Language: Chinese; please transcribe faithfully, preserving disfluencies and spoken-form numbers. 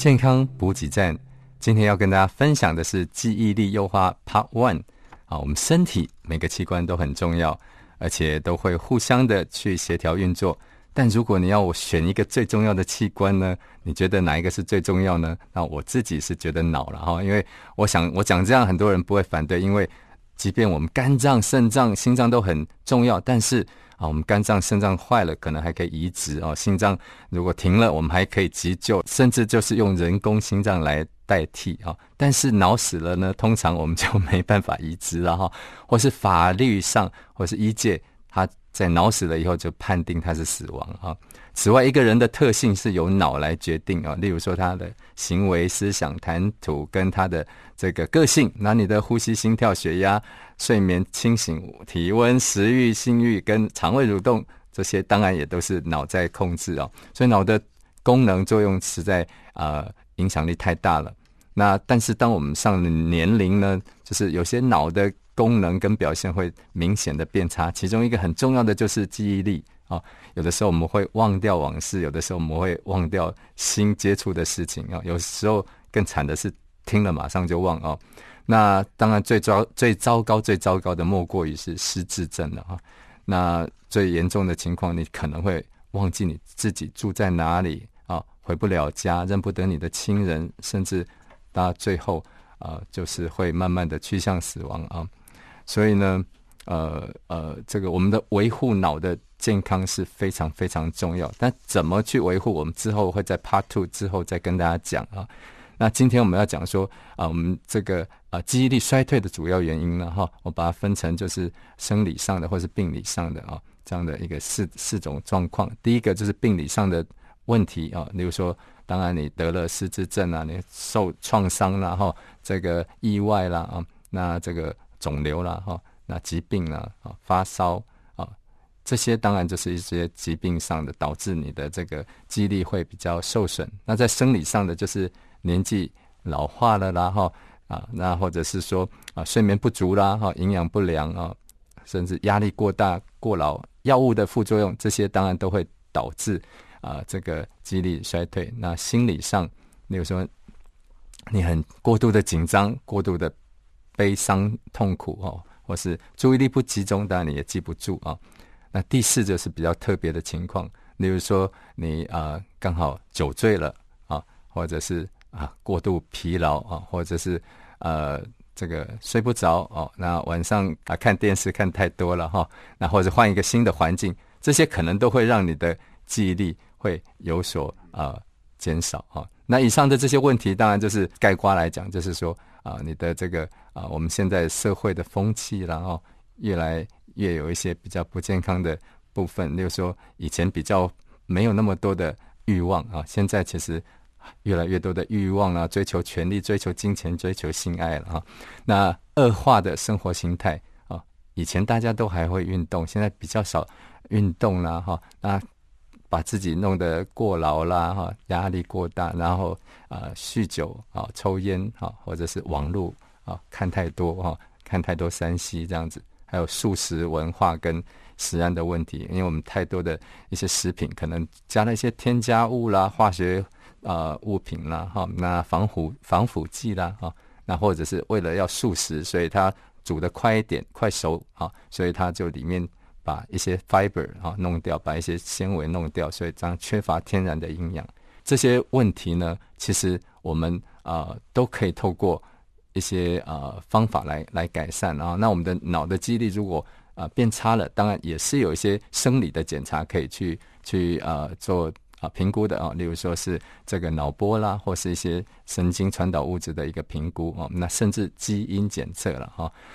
健康补给站，今天要跟大家分享的是记忆力优化 Part One 啊，我们身体每个器官都很重要，而且都会互相的去协调运作。但如果你要我选一个最重要的器官呢，你觉得哪一个是最重要呢？那我自己是觉得脑了哈，因为我想我讲这样很多人不会反对，因为即便我们肝脏、肾脏、心脏都很重要，但是啊，我们肝脏、肾脏坏了，可能还可以移植哦。心脏如果停了，我们还可以急救，甚至就是用人工心脏来代替啊。但是脑死了呢，通常我们就没办法移植了哈，或是法律上，或是医界，他在脑死了以后就判定他是死亡啊。此外，一个人的特性是由脑来决定啊，例如说他的行为、思想、谈吐跟他的这个个性，那你的呼吸、心跳、血压、睡眠、清醒、体温、食欲、性欲跟肠胃蠕动，这些当然也都是脑在控制哦。所以脑的功能作用实在呃影响力太大了。那但是当我们上了年龄呢，就是有些脑的功能跟表现会明显的变差，其中一个很重要的就是记忆力啊、哦。有的时候我们会忘掉往事，有的时候我们会忘掉新接触的事情啊、哦。有时候更惨的是听了马上就忘哦。那当然最糟最糟糕最糟糕的莫过于是失智症了哈。那最严重的情况，你可能会忘记你自己住在哪里啊，回不了家，认不得你的亲人，甚至到最后啊，就是会慢慢的趋向死亡啊。所以呢，呃呃，这个我们的维护脑的健康是非常非常重要。但怎么去维护，我们之后会在 Part Two 之后再跟大家讲啊。那今天我们要讲说啊，我们这个啊记忆力衰退的主要原因呢，哈，我把它分成就是生理上的或是病理上的啊，这样的一个四四种状况。第一个就是病理上的问题啊，例如说，当然你得了失智症啊，你受创伤啦，哈，这个意外啦啊，那这个肿瘤啦，哈，那疾病啦啊，发烧啊，这些当然就是一些疾病上的导致你的这个记忆力会比较受损。那在生理上的就是年纪老化了啦，哈啊，那或者是说啊睡眠不足啦，哈，营养不良啊，甚至压力过大、过劳、药物的副作用，这些当然都会导致啊这个记忆力衰退。那心理上，例如说你很过度的紧张、过度的悲伤、痛苦哦，或是注意力不集中，当然你也记不住啊。那第四就是比较特别的情况，例如说你啊刚好酒醉了啊，或者是啊，过度疲劳啊，或者是呃，这个睡不着哦，那晚上啊看电视看太多了哈，那或者换一个新的环境，这些可能都会让你的记忆力会有所呃减少啊。那以上的这些问题，当然就是概括来讲，就是说啊，你的这个啊，我们现在社会的风气，然后越来越有一些比较不健康的部分，例如说以前比较没有那么多的欲望啊，现在其实越来越多的欲望啊，追求权力、追求金钱、追求性爱了哈。那恶化的生活形态啊，以前大家都还会运动，现在比较少运动啦哈。那把自己弄得过劳啦哈，压力过大，然后啊、呃、酗酒啊、抽烟啊，或者是网络啊看太多哈，看太多三 C 这样子，还有素食文化跟食安的问题，因为我们太多的一些食品可能加了一些添加物啦、化学。呃，物品啦，哈，那防腐防腐剂啦，哈，那或者是为了要素食，所以它煮得快一点，快熟啊，所以它就里面把一些 fiber 啊弄掉，把一些纤维弄掉，所以这样缺乏天然的营养。这些问题呢，其实我们呃都可以透过一些呃方法来来改善啊。那我们的脑的记忆力如果呃变差了，当然也是有一些生理的检查可以去去呃做。啊，评估的啊，例如说是这个脑波啦，或是一些神经传导物质的一个评估啊，那甚至基因检测了哈。